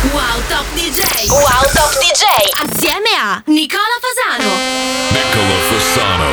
Wow Top DJ. Wow Top DJ. Assieme a Nicola Fasano. Nicola Fasano.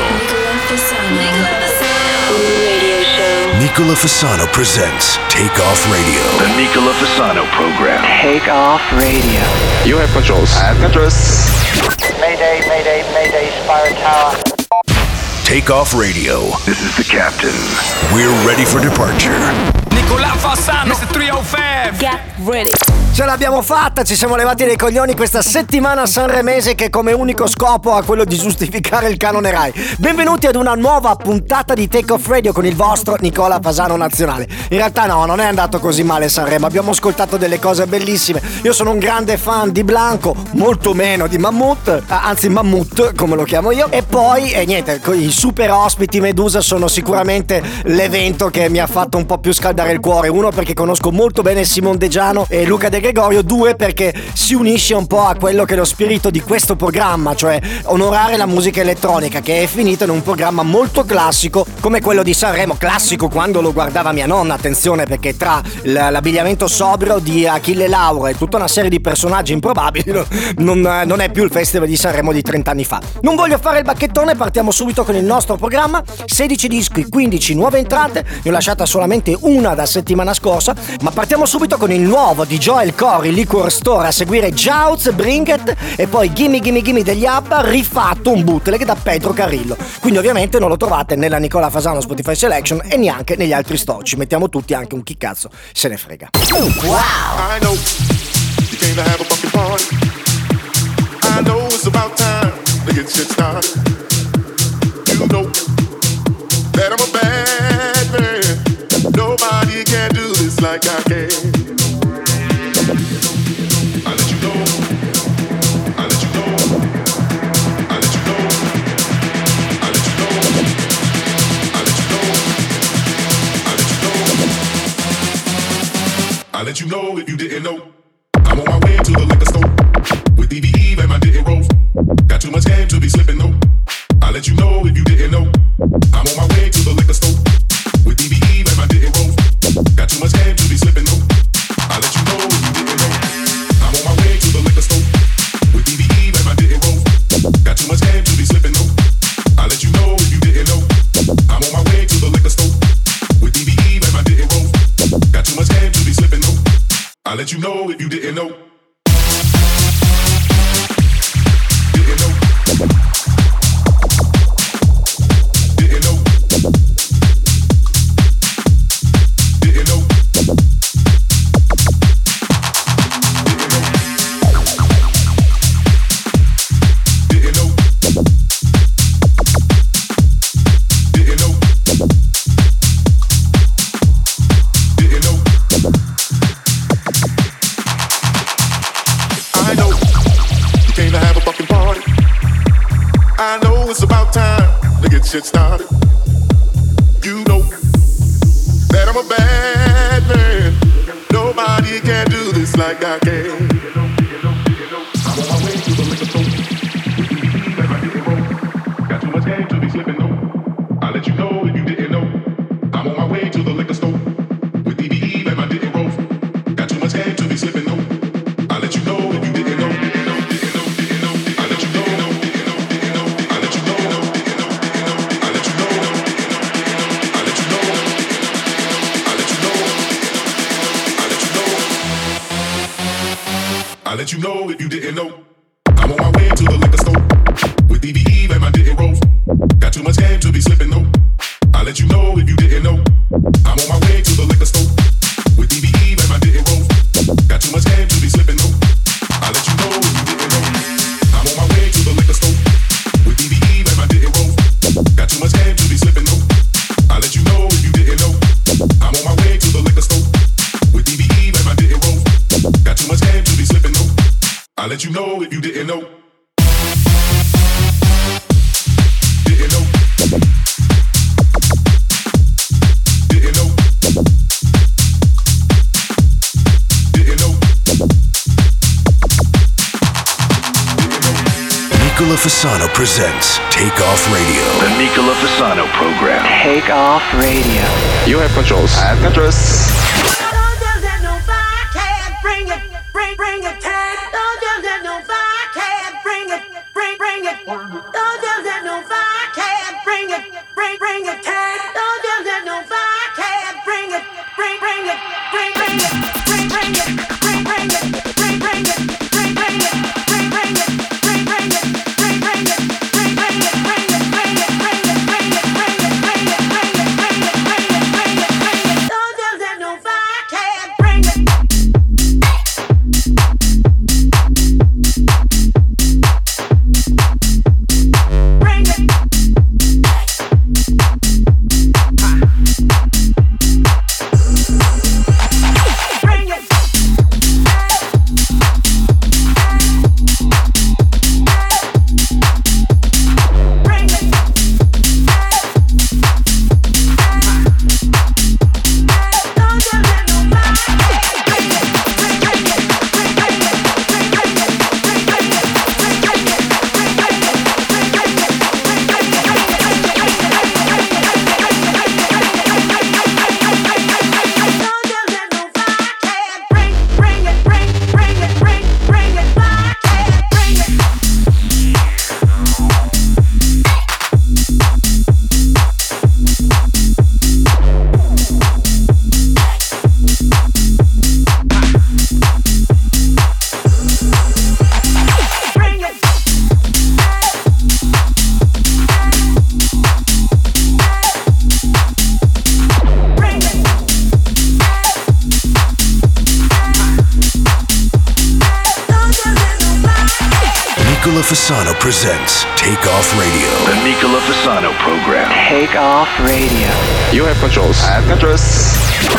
Radio show. Nicola Fasano presents Take Off Radio. The Nicola Fasano program. Take Off Radio. You have controls. I have controls. Mayday, mayday, mayday, Spire Tower. Take Off Radio. This is the captain. We're ready for departure. Nicola Fasano, Mr. 305. Get ready. Ce l'abbiamo fatta, ci siamo levati dai coglioni questa settimana sanremese che come unico scopo ha quello di giustificare il canone Rai. Benvenuti ad una nuova puntata di Take Off Radio con il vostro Nicola Fasano nazionale. In realtà no, non è andato così male Sanremo, abbiamo ascoltato delle cose bellissime. Io sono un grande fan di Blanco, molto meno di Mammut, anzi Mammut come lo chiamo io. E poi, niente, i super ospiti Medusa sono sicuramente l'evento che mi ha fatto un po' più scaldare il cuore. Uno perché conosco molto bene Simon De Giano e Luca De Gregorio, due perché si unisce un po' a quello che è lo spirito di questo programma, cioè onorare la musica elettronica che è finito in un programma molto classico come quello di Sanremo, classico quando lo guardava mia nonna, attenzione, perché tra l'abbigliamento sobrio di Achille Lauro e tutta una serie di personaggi improbabili non è più il festival di Sanremo di 30 anni fa. Non voglio fare il bacchettone, partiamo subito con il nostro programma. 16 dischi, 15 nuove entrate, ne ho lasciata solamente una da settimana scorsa, ma partiamo subito con il nuovo di Joel Corry, Liquor Store, a seguire Jouts, Bring It e poi Gimme Gimme Gimme degli ABBA, rifatto un bootleg da Pedro Carrillo. Quindi ovviamente non lo trovate nella Nicola Fasano Spotify Selection e neanche negli altri store. Ci mettiamo tutti anche un chi cazzo se ne frega. I know you came to have a fucking party. I know it's about time to get shit started. You know that I'm a bad man. Nobody can do this like I can. I let you know. I let you know. I let you know. I let you know. I let you know. I let you know. I let you know if you didn't know. I'm on my way to the liquor store with DVE and my didn't rolls. Got too much game to be slipping, no. I let you know if you didn't know. I'm on my way to the liquor store with DVE and my didn't rolls. Got too much game to be slipping, no. I let you know if you didn't know. I'm on my way to the liquor store with DVE and my didn't rolls. Got too much game to be slipping, no. I let you know if you didn't know. I'm on my way to the liquor store with DVE and my didn't rolls. Got too much game to be slipping, no. I let you know if you didn't know. Didn't know. Didn't know. Didn't know. It's about time to get shit started. You know that I'm a bad man. Nobody can do this like I can. I'm on my way to the liquor store. Got too much game to be slipping, no. I'll let you know if you didn't know. I'm on my way to the liquor store with DVE and my didn't rolls. Got too much game to be slipping, no. I'll let you know if you didn't know. I'll let you know. I'll let you know if you didn't know. I'm on my way to the liquor store with DVE and my didn't rolls. Got too much game to be slipping, no. I'll let you know if you didn't know. I'm on my way to the liquor store with DVE and my didn't rolls. Got too much game to be slipping, no. I'll let you know if you didn't know. I'm on my way to the liquor store with DVE and my didn't rolls. Got too much game to be slipping, no. I'll let you know if you didn't know. I'm on my way to the liquor store with DVE and my didn't rolls. Got too much game to be slipping, no. I'll let you know if you didn't know. Didn't know. Didn't know. Didn't know. Nicola Fasano presents Take Off Radio. The Nicola Fasano program. Take Off Radio. You have controls. I have controls. Bring it. Nicola Fasano presents Take Off Radio. The Nicola Fasano program. Take Off Radio. You have controls. I have controls.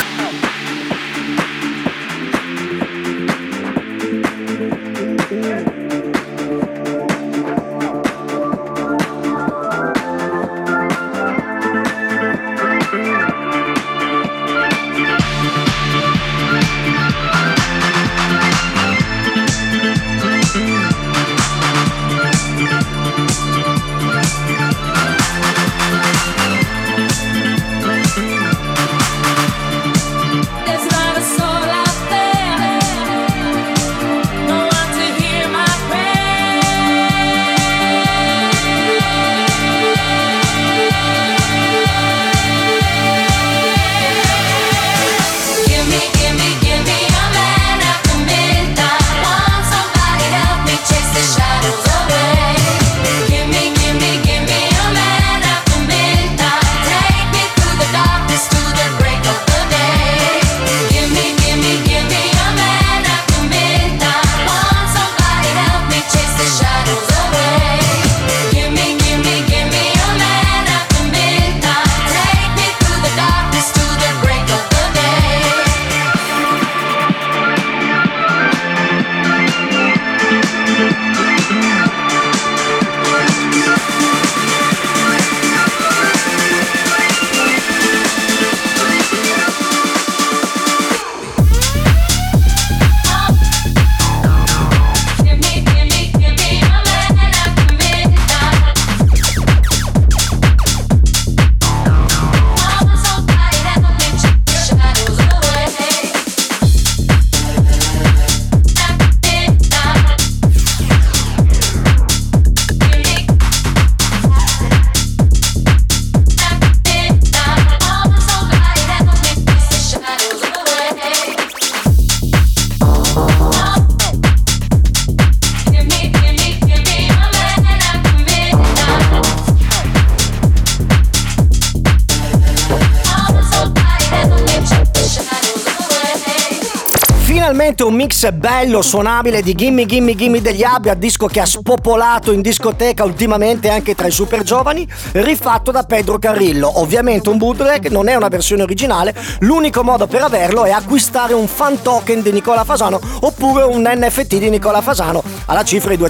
Finalmente un mix bello, suonabile di Gimme Gimme Gimme degli Abbia, disco che ha spopolato in discoteca ultimamente anche tra i super giovani, rifatto da Pedro Carrillo. Ovviamente un bootleg, non è una versione originale, l'unico modo per averlo è acquistare un fan token di Nicola Fasano oppure un NFT di Nicola Fasano alla cifra di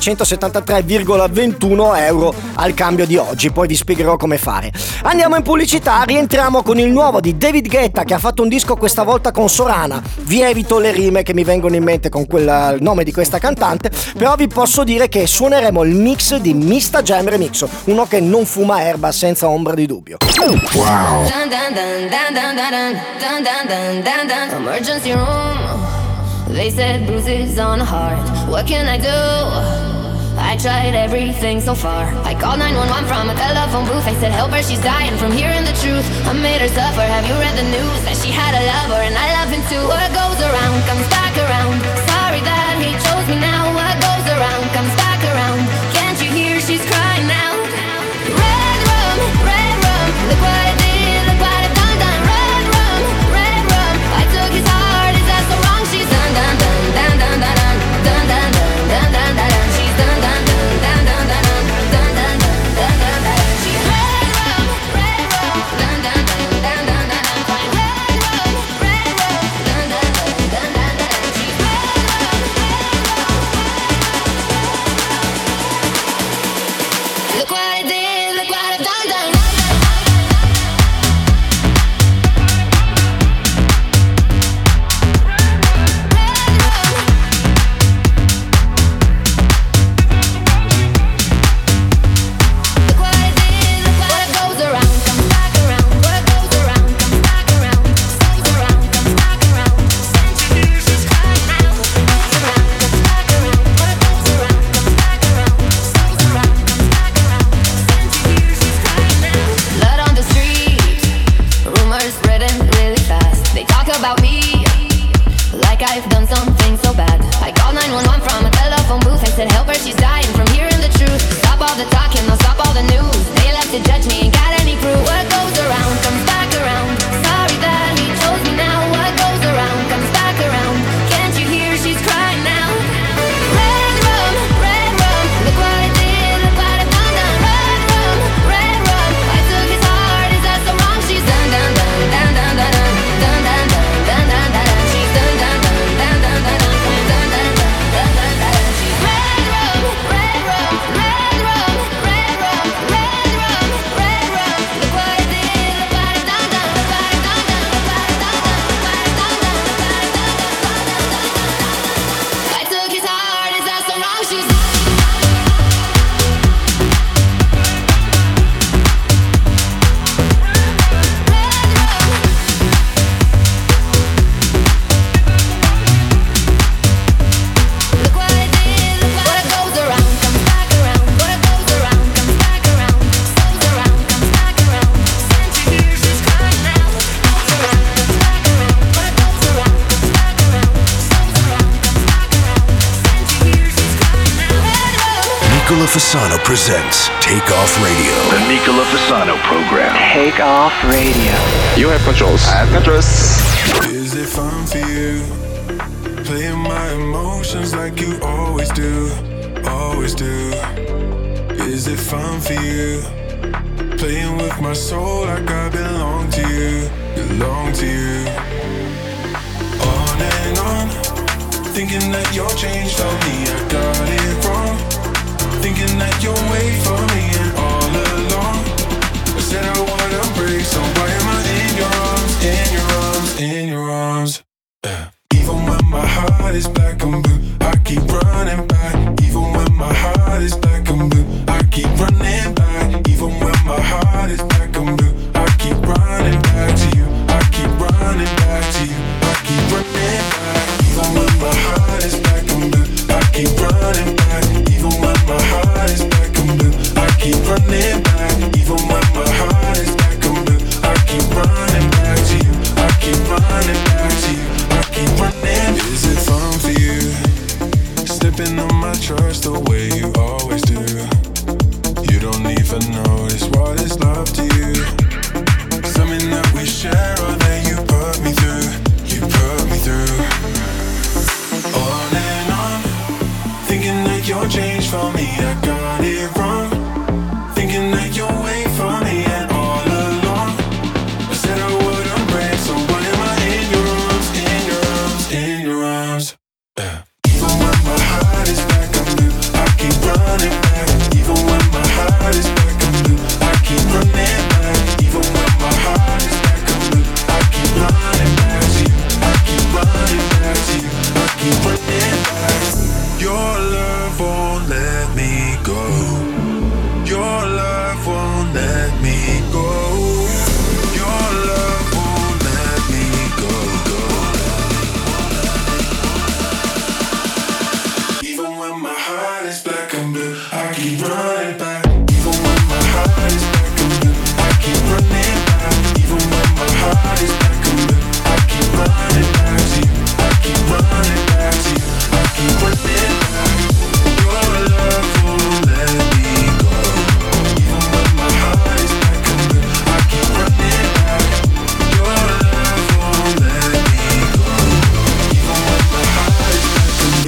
273,21 euro al cambio di oggi, poi vi spiegherò come fare. Andiamo in pubblicità, rientriamo con il nuovo di David Guetta che ha fatto un disco questa volta con Sorana. Vi evito le rime che mi vengono in mente con il nome di questa cantante, però vi posso dire che suoneremo il mix di Mista Jam Remix, uno che non fuma erba senza ombra di dubbio. Wow. Emergency room, They said bruises on the heart. What can I do? I tried everything so far. I called 911 from a telephone booth. I said help her, she's dying from hearing the truth. I made her suffer, have you read the news? That she had a lover and I love him too. What goes around comes back around. Sorry that he chose me now. What goes around comes back around. Can't you hear she's crying now? Red rum, look what I did, look what I've done, done. Red rum, I took his heart, is that so wrong? She's done, done, done, done, done, done, done, done, done, done, done, done, done. She's done, done, done, done, done, done, done, done, done, done, done, done. She's red rum, done, done, done, done, done, done, done. Fine, red rum, done, done, done, done, done, done. She's red rum. Look what I did, look what I've done, done. About me, like I've done something so bad. I called 911 from a telephone booth. I said help her, she's dying from hearing the truth. Stop all the talking, I'll stop all the news. They left to judge me, ain't got any proof. What goes around comes back around. Sorry that he chose me now. What goes around comes back around. Can't you hear she's crying now? Red rum, look what I did, look what I've done, done. Red rum, I took his heart, is that so wrong? She's done, done, done, done, done, done, done. Nicola Fasano presents Take Off Radio. The Nicola Fasano program. Take Off Radio. You have controls. I have controls. Is it fun for you? Playing my emotions like you always do, always do. Is it fun for you? Playing with my soul like I belong to you, belong to you. On and on, thinking that you'll change for me, I got it wrong. Thinking that you'll wait for me and all along I said I wanna break, so why am I in your arms, in your arms, in your arms? Even when my heart is black and blue, I keep running back. Even when my heart is black and blue, I keep running back. Even when my heart is black and blue, I keep running back to you. I keep running back to you. I keep running back. Even when my heart is black and blue, I keep running back. Even when my heart is black and blue, I keep running back. Even when my heart is black and blue, I keep running back to you. I keep running back to you. I keep running. Is it fun for you? Slipping on my trust the way you always do. You don't even notice what is love to you. Something that we share or that you put me through. You put me through. On and on, thinking that you'll change for me, I got it wrong. Thinking that you'll wait for me and all along I said I wouldn't break, so why am I in your arms, in your arms, in your arms? Even when my heart is black and blue, I keep running back. Even when my heart is black and blue, I keep running back. Even when my heart is black and blue, I keep running back to you. I keep running back to you. I keep running back. Your love won't let me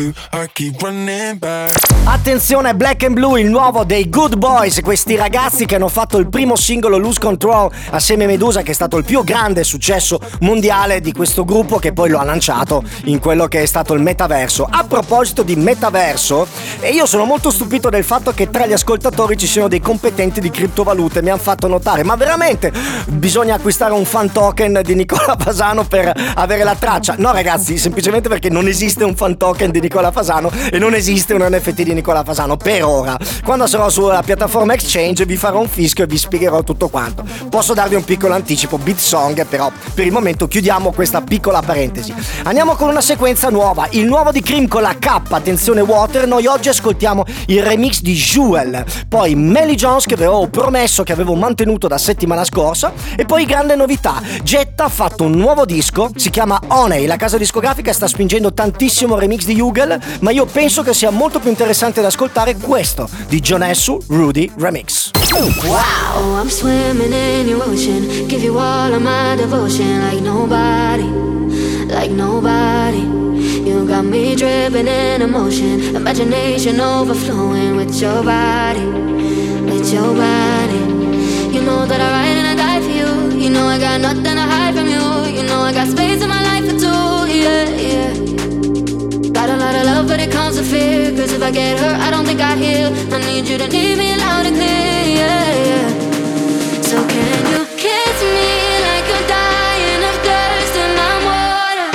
you, I keep running back. Attenzione, Black and Blue, il nuovo dei Good Boys, questi ragazzi che hanno fatto il primo singolo Lose Control assieme a Medusa, che è stato il più grande successo mondiale di questo gruppo, che poi lo ha lanciato in quello che è stato il metaverso. A proposito di metaverso, e io sono molto stupito del fatto che tra gli ascoltatori ci siano dei competenti di criptovalute, mi hanno fatto notare, ma veramente bisogna acquistare un fan token di Nicola Fasano per avere la traccia? No ragazzi, semplicemente perché non esiste un fan token di Nicola Fasano e non esiste un NFT di Nicola Fasano per ora. Quando sarò sulla piattaforma Exchange vi farò un fischio e vi spiegherò tutto quanto. Posso darvi un piccolo anticipo, Bitsong, però per il momento chiudiamo questa piccola parentesi. Andiamo con una sequenza nuova, il nuovo di Cream con la K, attenzione Water. Noi oggi ascoltiamo il remix di Jewel, poi Melly Jones che avevo promesso, che avevo mantenuto da settimana scorsa, e poi grande novità, Jetta ha fatto un nuovo disco, si chiama Honey, la casa discografica sta spingendo tantissimo il remix di Hugel, ma io penso che sia molto più interessante da ascoltare questo di Jonessu Rudy Remix. Wow, oh, I'm swimming in your ocean, give you all of my devotion like nobody, like nobody. You got me dripping in emotion, imagination overflowing with your body, with your body. You know that I ride and I die for you, you know I got nothing to hide from you, you know I got space in my life for two, yeah, yeah. Got a lot of love but it comes with fear, cause if I get hurt I don't think I heal, I need you to need me loud and clear, yeah, yeah. So can you kiss me like you're dying of thirst in my water?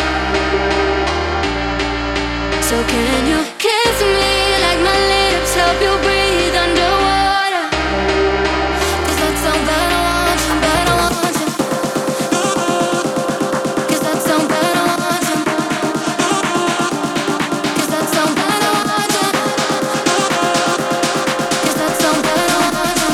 So can you kiss me like my lips help you breathe underwater? Cause that sounds bad, I want you, bad, I want you. Cause that sounds bad, I want you. Cause that sounds bad, I want you. Cause that sounds bad, I want you.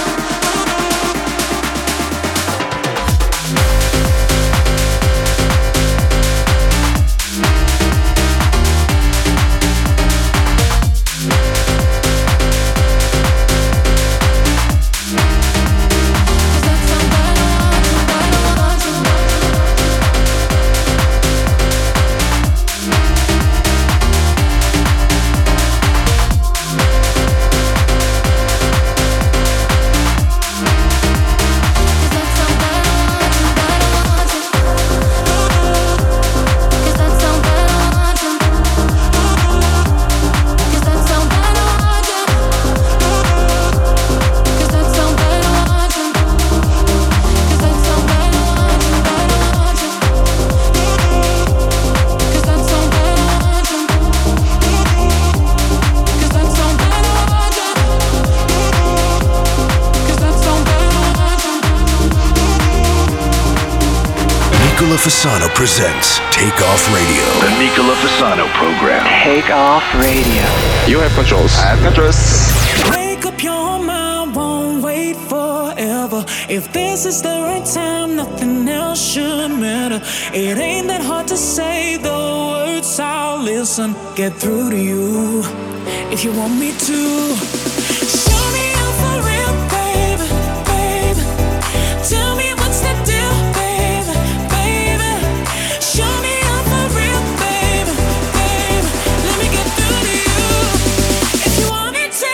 Nicola Fasano presents Take Off Radio. The Nicola Fasano program. Take Off Radio. You have controls. I have controls. Make up your mind, won't wait forever. If this is the right time, nothing else should matter. It ain't that hard to say the words, I'll listen. Get through to you if you want me to. Show me out for real, baby, baby. Tell me what's the deal, baby, baby. Show me out for real, baby, baby. Let me get through to you if you want me to.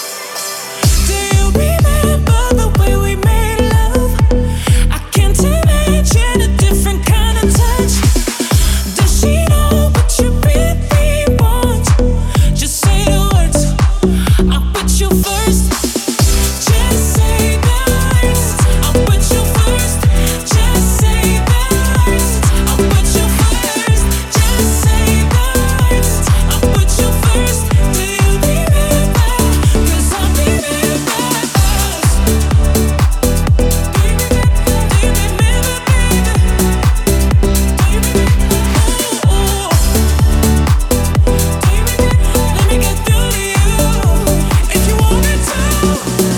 Do you remember the way we made love? I can't imagine a different kind of touch. Does she know what you really want? Just say the words, I'll put you first. Just say the words, I'll put you first. Just say the words, I'll put you first. Just say the words, I'll put you first. Do you remember? 'Cause I remember us. Do you remember, Let me get through to you if you want me to.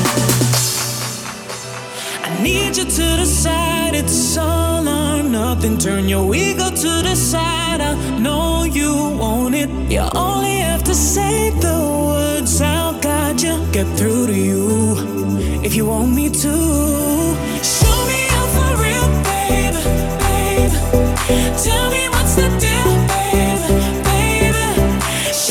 I need you to decide, it's all or nothing. Turn your ego to the side, I know you want it. You only have to say the words, I'll guide you. Get through to you if you want me to. Show me out for real, baby, baby. Tell me what's the deal, baby, baby.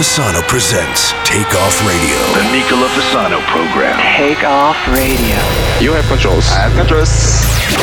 Fasano presents Take Off Radio. The Nicola Fasano program. Take Off Radio. You have controls. I have controls.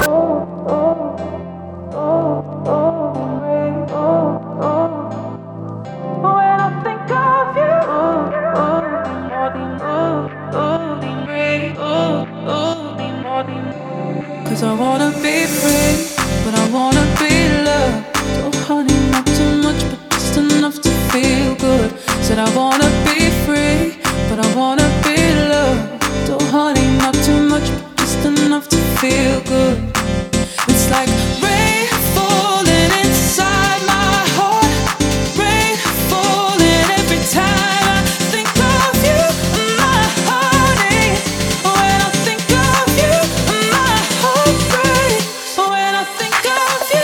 Cause I wanna be free, but I wanna be loved. Oh honey, not too much, but just enough to feel good. Said I wanna be free, but I wanna be loved. Oh honey, not too much, but just enough to feel good. It's like rain falling inside my heart, rain falling every time I think of you, my honey. When I think of you, my heart breaks. When I think of you,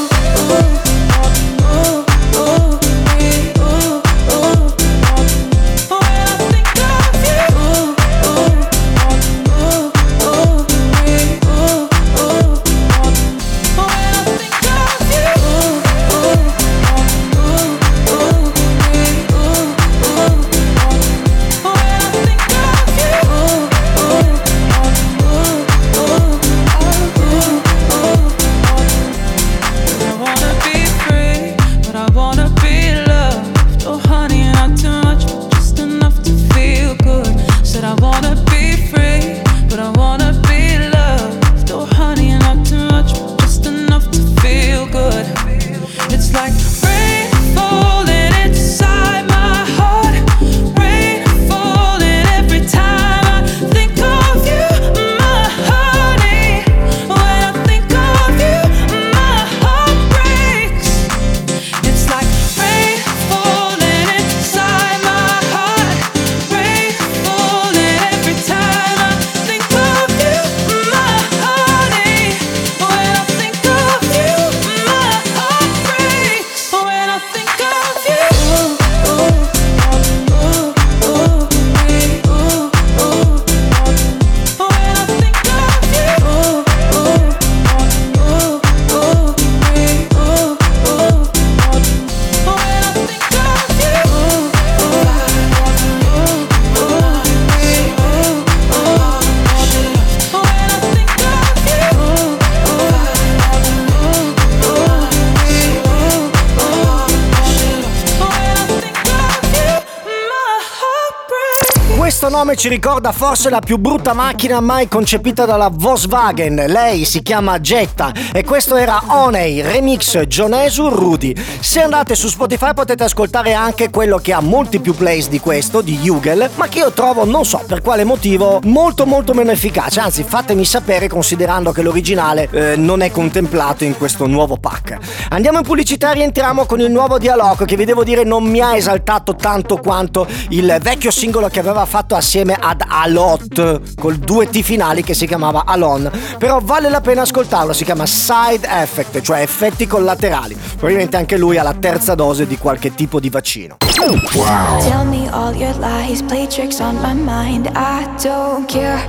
Questo nome ci ricorda forse la più brutta macchina mai concepita dalla Volkswagen. Lei si chiama Jetta e questo era Honey, remix Jonesu Rudy. Se andate su Spotify potete ascoltare anche quello che ha molti più plays di questo, di Hugel, ma che io trovo, non so per quale motivo, molto meno efficace. Anzi, fatemi sapere, considerando che l'originale non è contemplato in questo nuovo pack. Andiamo in pubblicità e rientriamo con il nuovo Dialogo, che vi devo dire non mi ha esaltato tanto quanto il vecchio singolo che aveva fatto assieme ad Alot col 2 T finali, che si chiamava Alone. Però vale la pena ascoltarlo, si chiama Side Effect, cioè effetti collaterali. Probabilmente anche lui ha la terza dose di qualche tipo di vaccino. Wow. Tell me all your lies, play tricks on my mind, I don't care.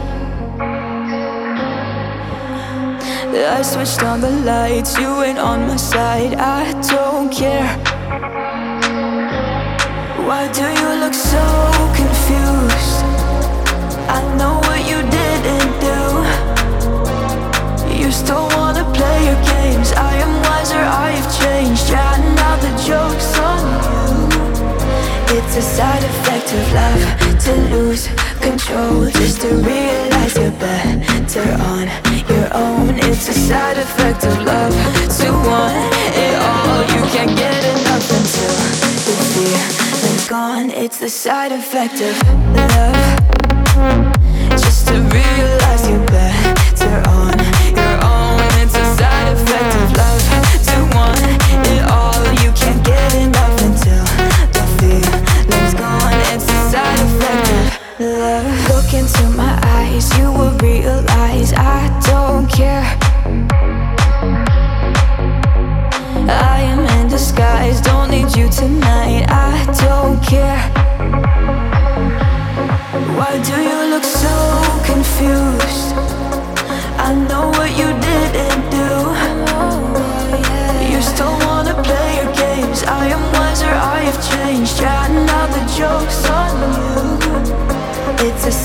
I switched on the lights, you ain't on my side, I don't care. Why do you look so confused? I know what you didn't do. You still wanna play your games, I am wiser, I've changed. Yeah, now the joke's on you. It's a side effect of love, to lose control, just to realize you're better on your own. It's a side effect of love, to want it all. You can't get enough until the feeling's gone. It's the side effect of love, just to realize you're better on your own. It's a side effect of love, to want it all. You can't get enough until the feeling's gone. It's a side effect of love. Look into my eyes, you will realize I don't care. I am in disguise, don't need you tonight, I don't care. Why do you look so confused? I know what you didn't do. You still wanna play your games, I am wiser, I have changed. Yeah, now the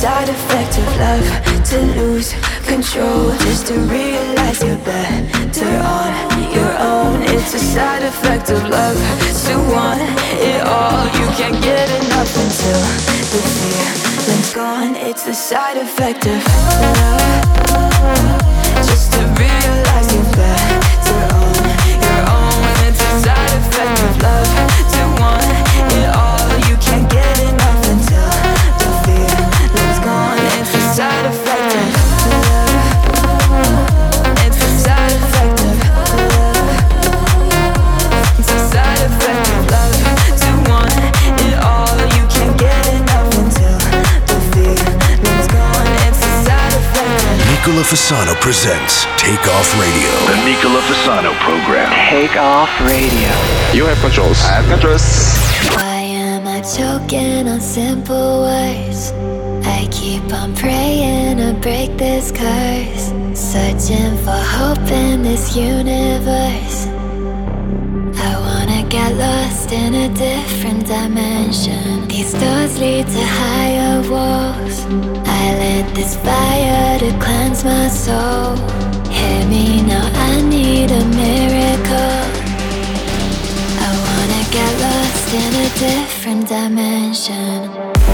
side effect of love. To lose control, just to realize you're better on your own. It's a side effect of love. To want it all, you can't get enough until the feeling's gone. It's the side effect of love. Just to realize you're better on your own. It's a side effect of love. To want it all, you can't get enough until the feeling's gone. It's a side effect of love. It's a side effect of love. It's a side effect of love. To want it all, you can't get enough until the feeling's gone. It's a side effect of Nicola Fasano presents Take Off Radio. The Nicola Fasano program. Take Off Radio. You have controls. I have controls. Why am I choking on simple words? I keep on praying to break this curse, searching for hope in this universe. I wanna get lost in a different dimension. These doors lead to higher walls. I lit this fire to cleanse my soul. Hear me now, I need a miracle. I wanna get lost in a different dimension.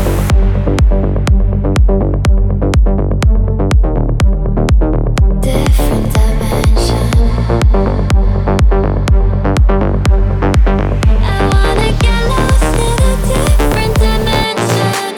Different dimension. I wanna get lost in a different dimension.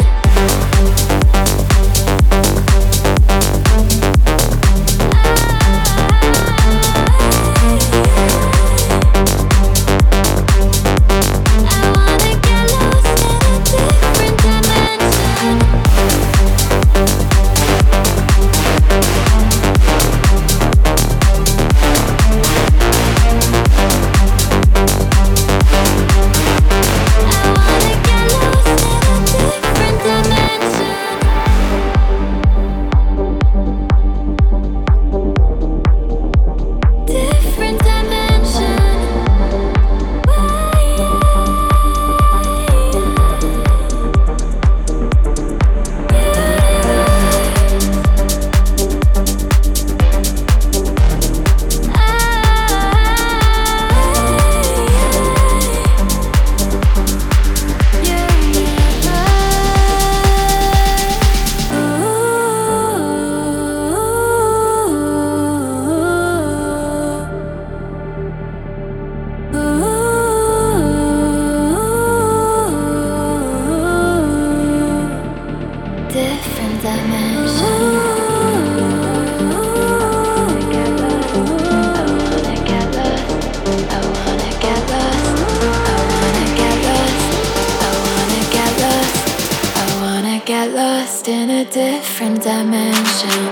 Different dimension.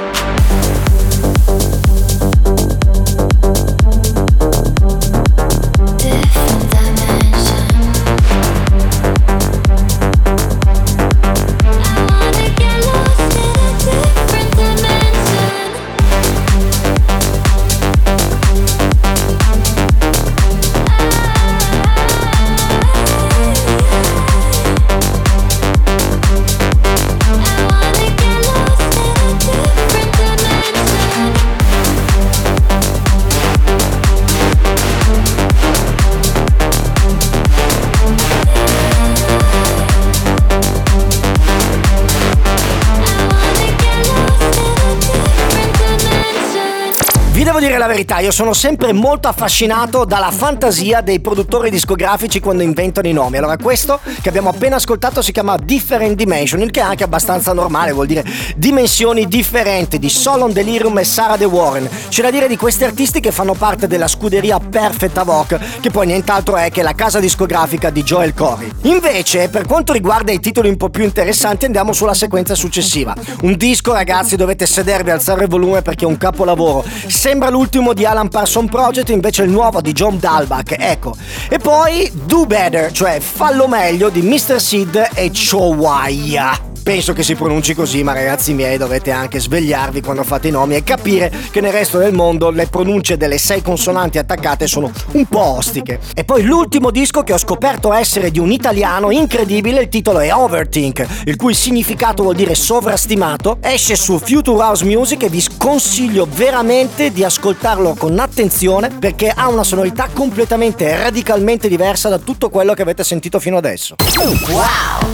Devo dire la verità, io sono sempre molto affascinato dalla fantasia dei produttori discografici quando inventano i nomi. Allora questo che abbiamo appena ascoltato si chiama Different Dimension, il che è anche abbastanza normale, vuol dire dimensioni differenti, di Solon Delirium e Sarah De Warren. C'è da dire di questi artisti che fanno parte della scuderia Perfect Avoc, che poi nient'altro è che la casa discografica di Joel Corry. Invece, per quanto riguarda i titoli un po' più interessanti, andiamo sulla sequenza successiva. Un disco, ragazzi, dovete sedervi, alzare il volume perché è un capolavoro. Sembra l'ultimo di Alan Parsons Project, invece il nuovo di John Dalbach, ecco. E poi Do Better, cioè Fallo Meglio di Mr. Sid e Chowaya. penso che si pronunci così, ma ragazzi miei dovete anche svegliarvi quando fate i nomi e capire che nel resto del mondo le pronunce delle 6 consonanti attaccate sono un po' ostiche. E poi l'ultimo disco che ho scoperto essere di un italiano incredibile, il titolo è Overthink, il cui significato vuol dire sovrastimato, esce su Future House Music e vi consiglio veramente di ascoltarlo con attenzione perché ha una sonorità completamente e radicalmente diversa da tutto quello che avete sentito fino adesso. Wow!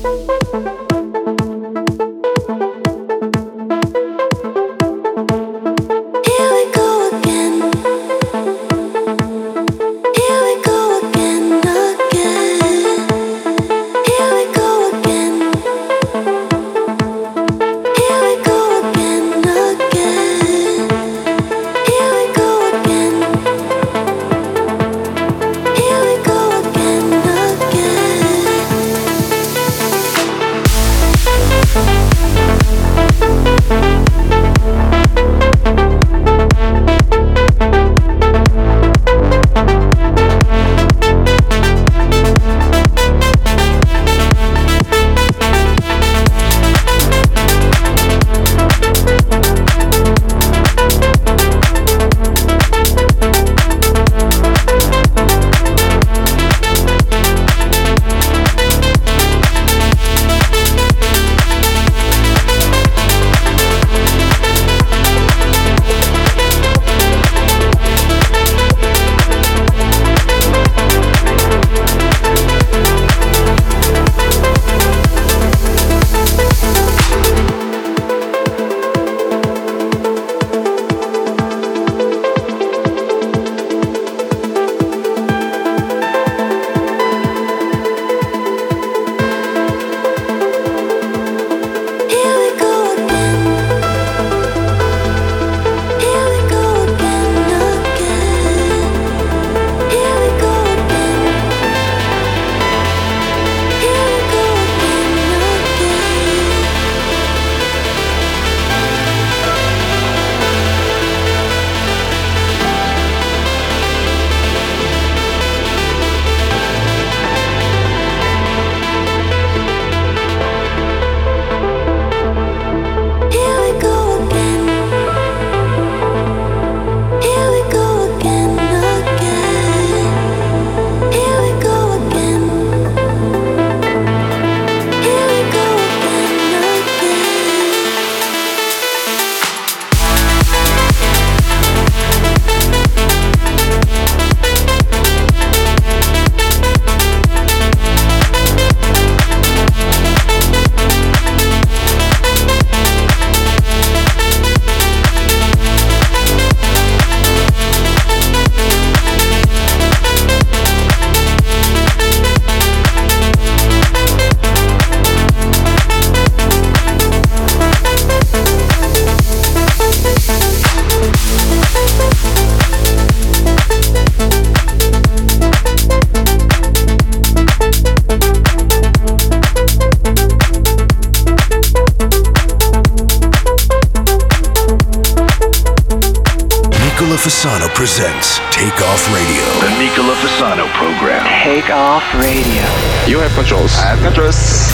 Fasano presents Take Off Radio. The Nicola Fasano program. Take Off Radio. You have controls. I have controls.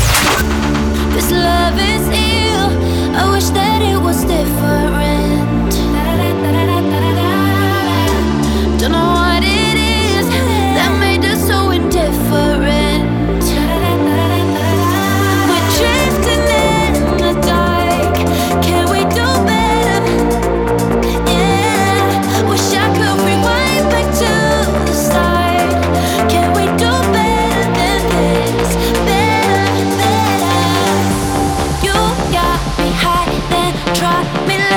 This love is ill. I wish that it was different. Don't know what it is that made us so indifferent. We're drifting in the dark. Can we do better? Yeah. Wish I could rewind back to the start. Can we do better than this? Better, better. You got me high, then drop me low.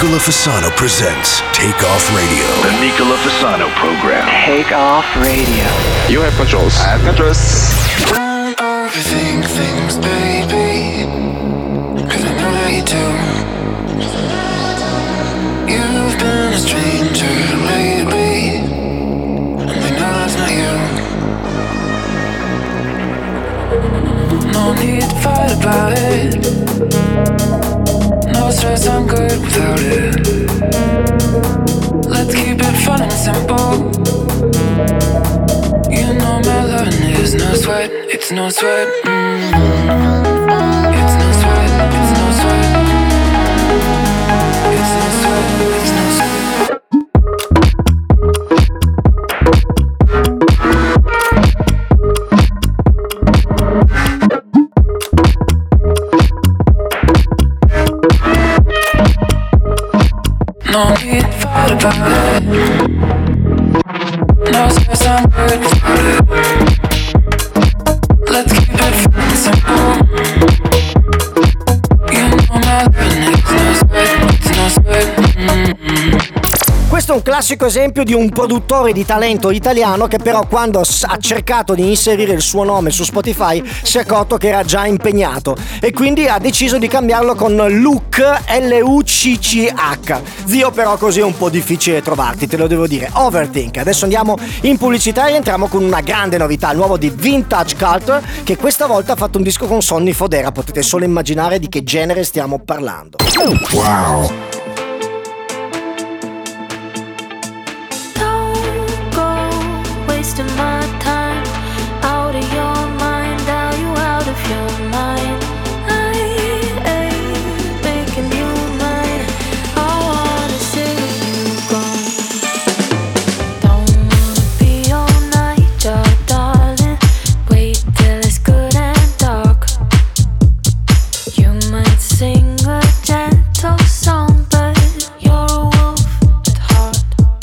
Nicola Fasano presents Take Off Radio. The Nicola Fasano program. Take Off Radio. You have controls. I have controls. Don't overthink things, baby, 'cause I know that you do. You've been a stranger lately, and I know that's not you. No need to fight about it. No stress, I'm good without it. Let's keep it fun and simple. You know my loving is no sweat, it's no sweat. It's no sweat, it's no sweat. It's no sweat, it's no sweat. No need to fight about it. No stress, I'm good without it. Let's keep it fun and simple. You know my loving is no sweat, it's no sweat. Questo è un classico esempio di un produttore di talento italiano che però quando ha cercato di inserire il suo nome su Spotify si è accorto che era già impegnato e quindi ha deciso di cambiarlo con Luch, L-U-C-C-H. Zio, però così è un po' difficile trovarti, te lo devo dire. Overthink. Adesso andiamo in pubblicità e entriamo con una grande novità, il nuovo di Vintage Culture, che questa volta ha fatto un disco con Sonny Fodera. Potete solo immaginare di che genere stiamo parlando. Wow. Wasting my time, out of your mind, are you out of your mind? I ain't making you mine, I wanna see you gone. Don't wanna be all night, your darling, wait till it's good and dark. You might sing a gentle song, but you're a wolf at heart.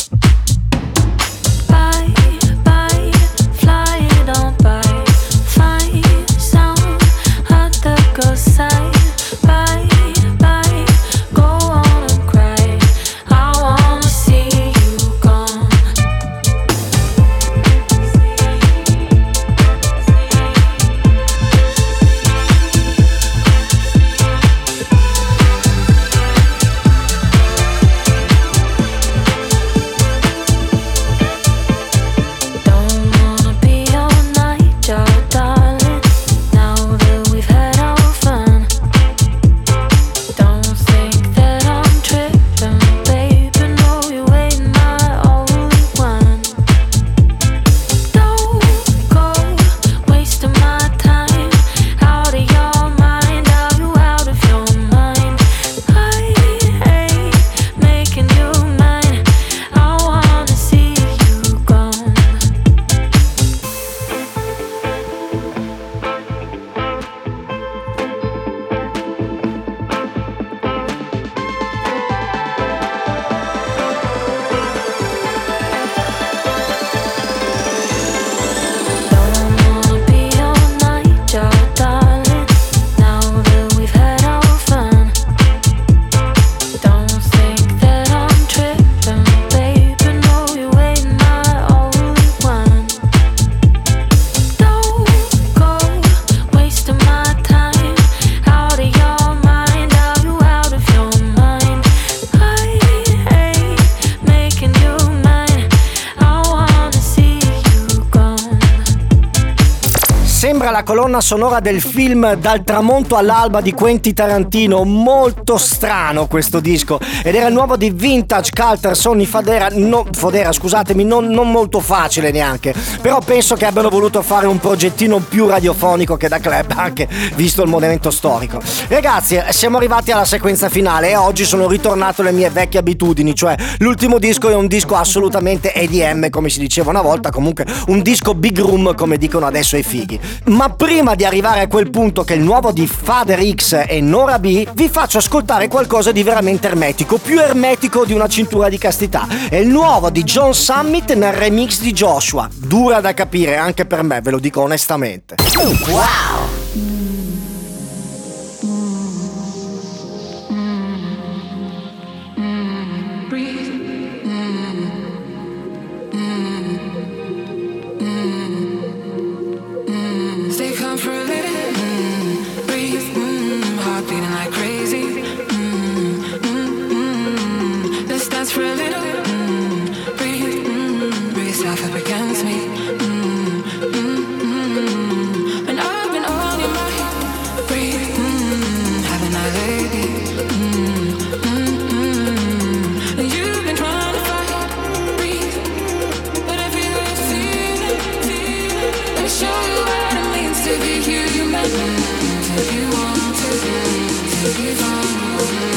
La colonna sonora del film Dal tramonto all'alba di Quentin Tarantino. Molto strano questo disco, ed era il nuovo di Vintage Culture, Sonny Fodera, scusatemi, non molto facile neanche, però penso che abbiano voluto fare un progettino più radiofonico che da club, anche visto il momento storico. Ragazzi, siamo arrivati alla sequenza finale e oggi sono ritornato alle mie vecchie abitudini, cioè l'ultimo disco è un disco assolutamente EDM, come si diceva una volta, comunque un disco big room come dicono adesso i fighi. Ma prima di arrivare a quel punto che è il nuovo di Father X e Nora B, vi faccio ascoltare qualcosa di veramente ermetico, più ermetico di una cintura di castità. È il nuovo di John Summit nel remix di Joshua. Dura da capire anche per me, ve lo dico onestamente. Wow! dance for a little. Breathe, breathe yourself up against me. And I've been on your mind. Breathe, haven't I, baby? And you've been trying to fight. Breathe, whatever you're feeling. Let me show you what it means to be human. To be one, to be one.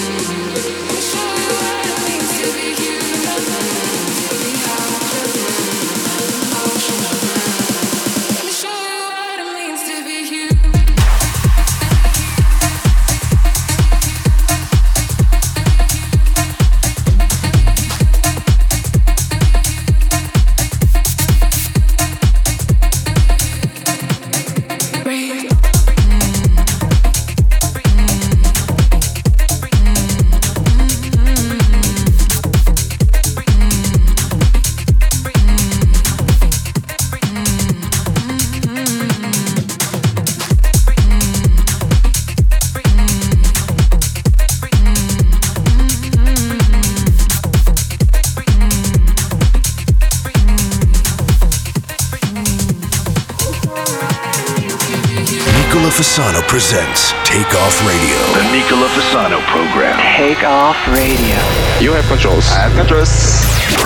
Fasano presents Take Off Radio. The Nicola Fasano program. Take Off Radio. You have controls. I have controls.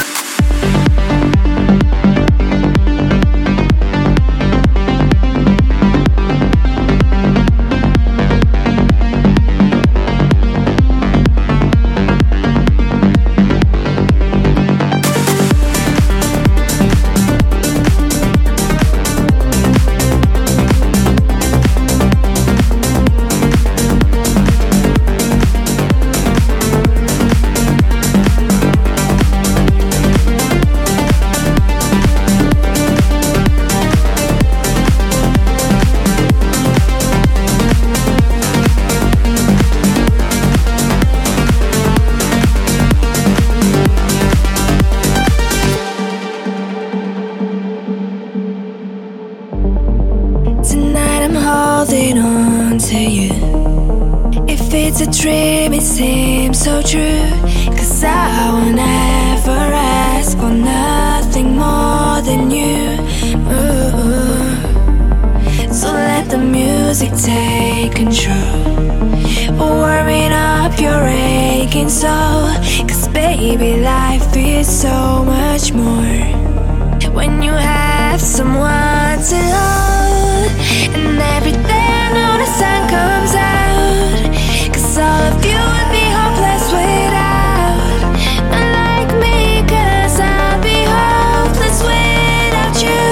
It's a dream, it seems so true. 'Cause I will never ask for nothing more than you. Ooh. So let the music take control, warming up your aching soul. 'Cause baby, life is so much more when you have someone to hold. And every day I know the sun comes out, 'cause all of you would be hopeless without. Unlike me, 'cause I'll be hopeless without you.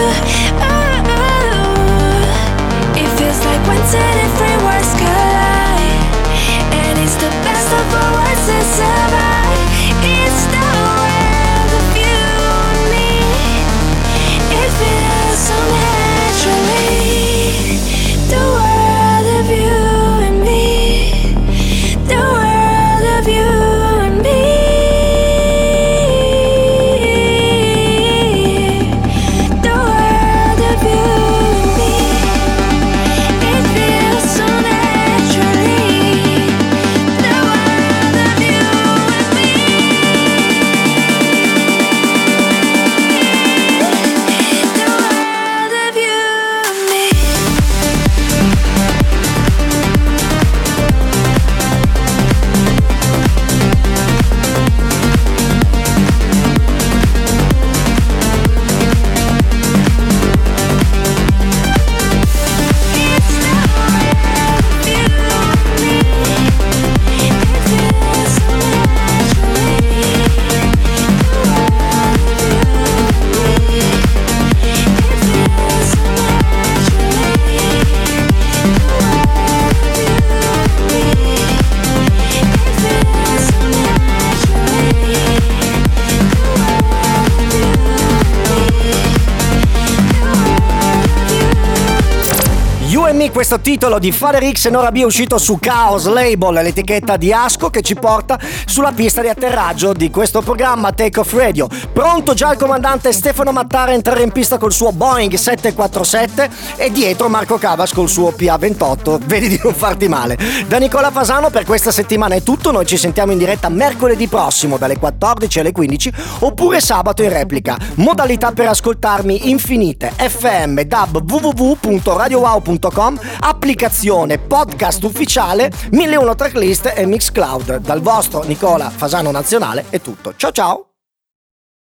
Oh, it feels like when 10 different worlds collide, and it's the best of all worlds to survive. It's the world of you and me. It feels so naturally. The world of you and me. Me, questo titolo di Father X e Nora B è uscito su Chaos Label, l'etichetta di Asco, che ci porta sulla pista di atterraggio di questo programma Take Off Radio. Pronto già il comandante Stefano Mattara a entrare in pista col suo Boeing 747 e dietro Marco Cavas col suo PA28. Vedi di non farti male. Da Nicola Fasano per questa settimana è tutto. Noi ci sentiamo in diretta mercoledì prossimo dalle 14 alle 15 oppure sabato in replica. Modalità per ascoltarmi infinite: FM, DAB, www.radiowow.com, applicazione, podcast ufficiale, 1001 tracklist e Mixcloud. Dal vostro Nicola Fasano Nazionale è tutto. Ciao ciao!